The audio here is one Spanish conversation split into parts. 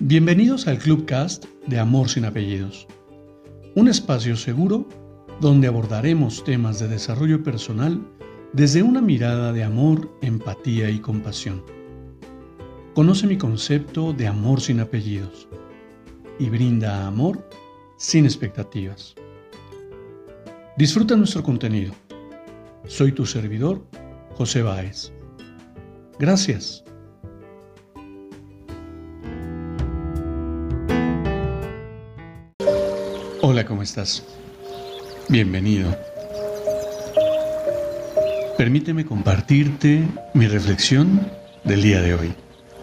Bienvenidos al Clubcast de Amor sin Apellidos, un espacio seguro donde abordaremos temas de desarrollo personal desde una mirada de amor, empatía y compasión. Conoce mi concepto de amor sin apellidos y brinda amor sin expectativas. Disfruta nuestro contenido. Soy tu servidor, José Báez. Gracias. Hola, ¿cómo estás? Bienvenido. Permíteme compartirte mi reflexión del día de hoy.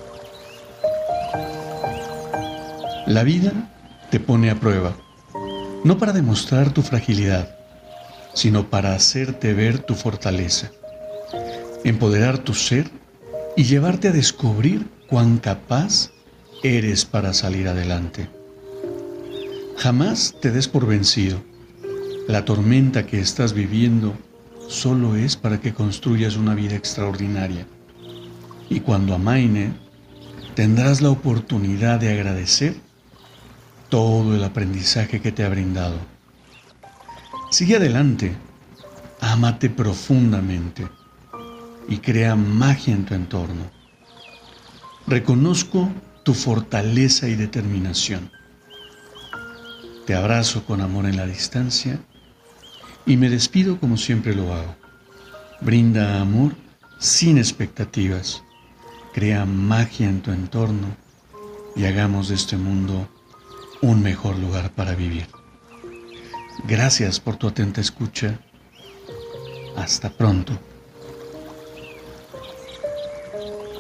La vida te pone a prueba, no para demostrar tu fragilidad, sino para hacerte ver tu fortaleza, empoderar tu ser y llevarte a descubrir cuán capaz eres para salir adelante. Jamás te des por vencido. La tormenta que estás viviendo solo es para que construyas una vida extraordinaria. Y cuando amaine, tendrás la oportunidad de agradecer todo el aprendizaje que te ha brindado. Sigue adelante, ámate profundamente y crea magia en tu entorno. Reconozco tu fortaleza y determinación. Te abrazo con amor en la distancia y me despido como siempre lo hago. Brinda amor sin expectativas. Crea magia en tu entorno y hagamos de este mundo un mejor lugar para vivir. Gracias por tu atenta escucha. Hasta pronto.